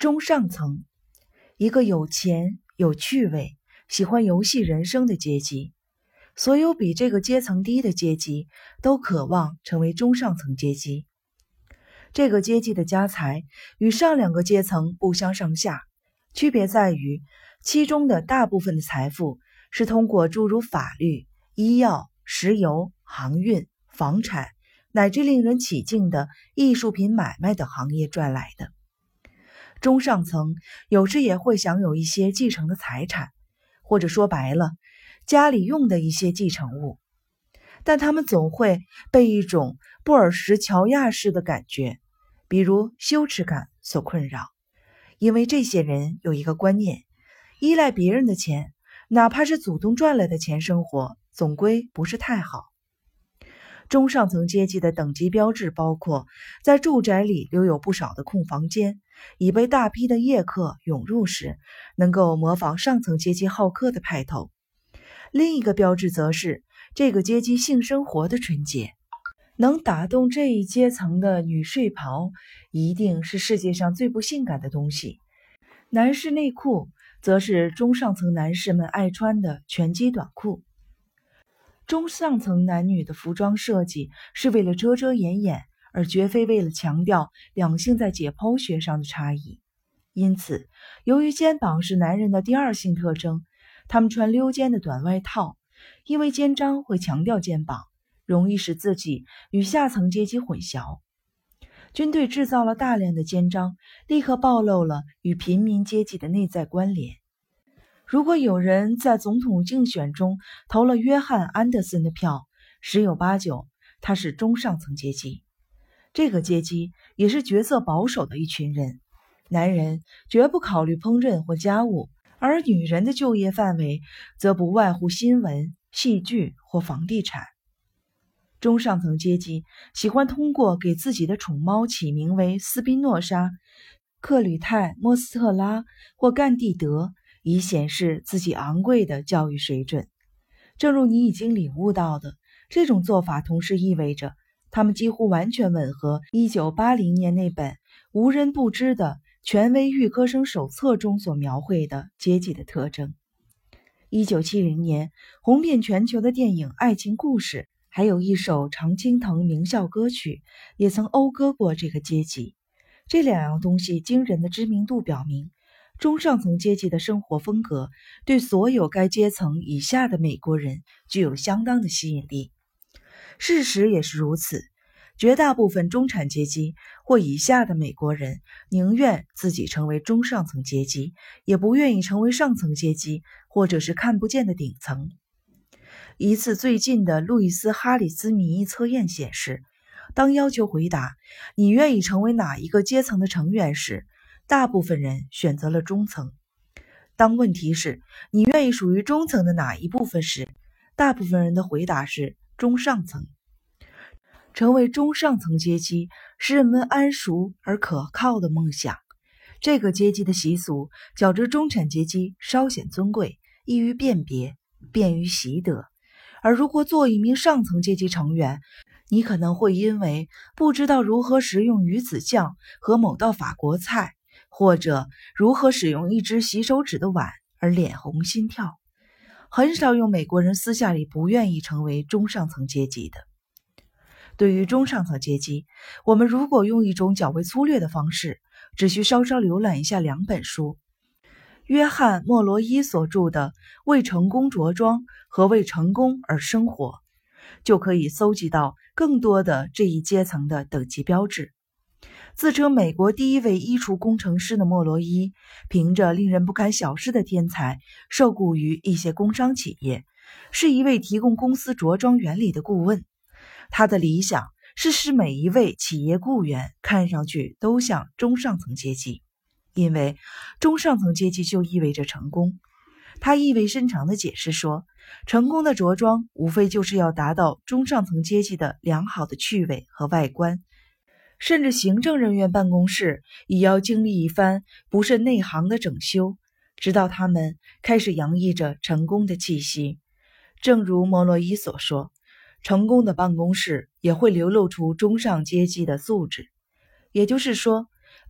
中上层，一个有钱、有趣味、喜欢游戏人生的阶级。所有比这个阶层低的阶级都渴望成为中上层阶级。这个阶级的家财与上两个阶层不相上下，区别在于其中的大部分的财富是通过诸如法律、医药、石油、航运、房产乃至令人起劲的艺术品买卖等行业赚来的。中上层有时也会享有一些继承的财产，或者说白了，家里用的一些继承物，但他们总会被一种布尔什乔亚式的感觉，比如羞耻感所困扰，因为这些人有一个观念，依赖别人的钱，哪怕是祖宗赚来的钱生活，总归不是太好。中上层阶级的等级标志包括在住宅里留有不少的空房间，以备大批的夜客涌入时能够模仿上层阶级好客的派头。另一个标志则是这个阶级性生活的纯洁。能打动这一阶层的女睡袍一定是世界上最不性感的东西。男士内裤则是中上层男士们爱穿的拳击短裤。中上层男女的服装设计是为了遮遮掩掩，而绝非为了强调两性在解剖学上的差异。因此，由于肩膀是男人的第二性特征，他们穿溜肩的短外套，因为肩章会强调肩膀，容易使自己与下层阶级混淆。军队制造了大量的肩章，立刻暴露了与平民阶级的内在关联。如果有人在总统竞选中投了约翰·安德森的票，十有八九他是中上层阶级。这个阶级也是角色保守的一群人，男人绝不考虑烹饪或家务，而女人的就业范围则不外乎新闻、戏剧或房地产。中上层阶级喜欢通过给自己的宠猫起名为斯宾诺莎、克吕泰、莫斯特拉或甘地德，以显示自己昂贵的教育水准。正如你已经领悟到的，这种做法同时意味着他们几乎完全吻合1980年那本无人不知的权威预科生手册中所描绘的阶级的特征。1970年红遍全球的电影《爱情故事》，还有一首常青藤名校歌曲，也曾讴歌过这个阶级。这两样东西惊人的知名度表明，中上层阶级的生活风格对所有该阶层以下的美国人具有相当的吸引力。事实也是如此，绝大部分中产阶级或以下的美国人宁愿自己成为中上层阶级，也不愿意成为上层阶级或者是看不见的顶层。一次最近的路易斯·哈里斯民意测验显示，当要求回答你愿意成为哪一个阶层的成员时，大部分人选择了中层。当问题是你愿意属于中层的哪一部分时，大部分人的回答是中上层。成为中上层阶级是人们谙熟而可靠的梦想。这个阶级的习俗较之中产阶级稍显尊贵，易于辨别，便于习得。而如果做一名上层阶级成员，你可能会因为不知道如何食用鱼子酱和某道法国菜，或者如何使用一只洗手纸的碗而脸红心跳。很少有美国人私下里不愿意成为中上层阶级的。对于中上层阶级，我们如果用一种较为粗略的方式，只需稍稍浏览一下两本书，约翰·莫罗伊所著的《为成功着装和为成功而生活》，就可以搜集到更多的这一阶层的等级标志。自称美国第一位衣橱工程师的莫罗伊，凭着令人不敢小视的天才，受雇于一些工商企业，是一位提供公司着装原理的顾问。他的理想是使每一位企业雇员看上去都像中上层阶级，因为中上层阶级就意味着成功。他意味深长地解释说，成功的着装无非就是要达到中上层阶级的良好的趣味和外观，甚至行政人员办公室也要经历一番不甚内行的整修，直到他们开始洋溢着成功的气息。正如莫洛伊所说，成功的办公室也会流露出中上阶级的素质。也就是说，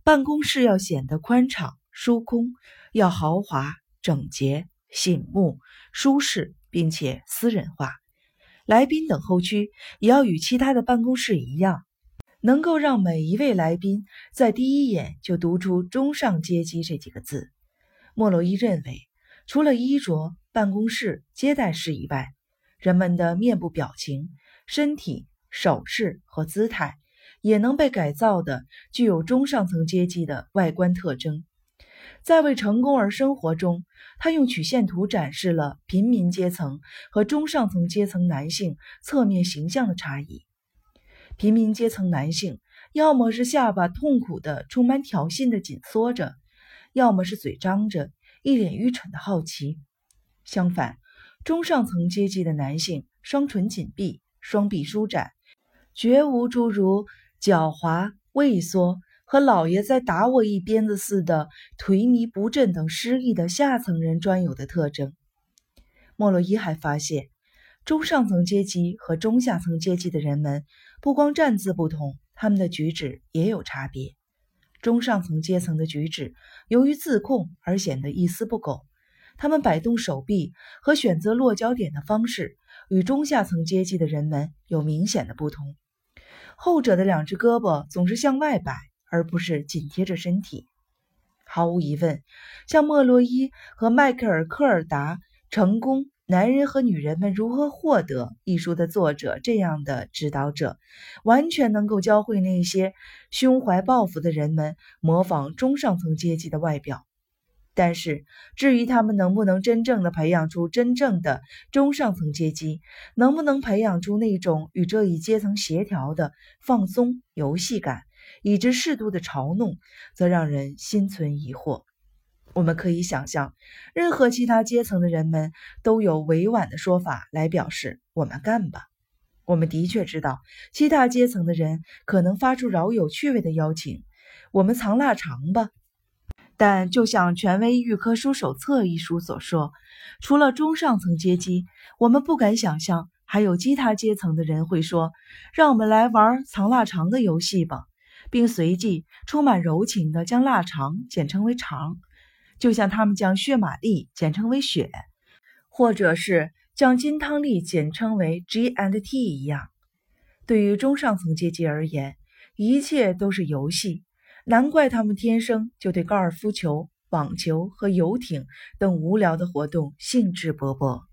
办公室要显得宽敞疏空，要豪华整洁醒目舒适，并且私人化。来宾等候区也要与其他的办公室一样，能够让每一位来宾在第一眼就读出中上阶级这几个字。莫洛伊认为，除了衣着、办公室、接待室以外，人们的面部表情、身体、手势和姿态也能被改造的具有中上层阶级的外观特征。在为成功而生活中，他用曲线图展示了平民阶层和中上层阶层男性侧面形象的差异。平民阶层男性要么是下巴痛苦的充满挑衅的紧缩着，要么是嘴张着一脸愚蠢的好奇。相反，中上层阶级的男性双唇紧闭，双臂舒展，绝无诸如狡猾、畏缩和老爷在打我一鞭子似的颓靡不振等失意的下层人专有的特征。莫洛伊还发现，中上层阶级和中下层阶级的人们不光站姿不同，他们的举止也有差别。中上层阶层的举止由于自控而显得一丝不苟，他们摆动手臂和选择落脚点的方式与中下层阶级的人们有明显的不同。后者的两只胳膊总是向外摆，而不是紧贴着身体。毫无疑问，像莫洛伊和迈克尔·科尔达《成功：男人和女人们如何获得》一书的作者这样的指导者，完全能够教会那些胸怀抱负的人们模仿中上层阶级的外表。但是，至于他们能不能真正的培养出真正的中上层阶级，能不能培养出那种与这一阶层协调的放松游戏感，以致适度的嘲弄，则让人心存疑惑。我们可以想象，任何其他阶层的人们都有委婉的说法来表示我们干吧。我们的确知道，其他阶层的人可能发出饶有趣味的邀请，我们藏腊肠吧。但就像《权威预科书手册》一书所说，除了中上层阶级，我们不敢想象还有其他阶层的人会说，让我们来玩藏腊肠的游戏吧，并随即充满柔情地将腊肠简称为肠，就像他们将血玛丽简称为血，或者是将金汤力简称为 G&T 一样。对于中上层阶级而言，一切都是游戏，难怪他们天生就对高尔夫球、网球和游艇等无聊的活动兴致勃勃。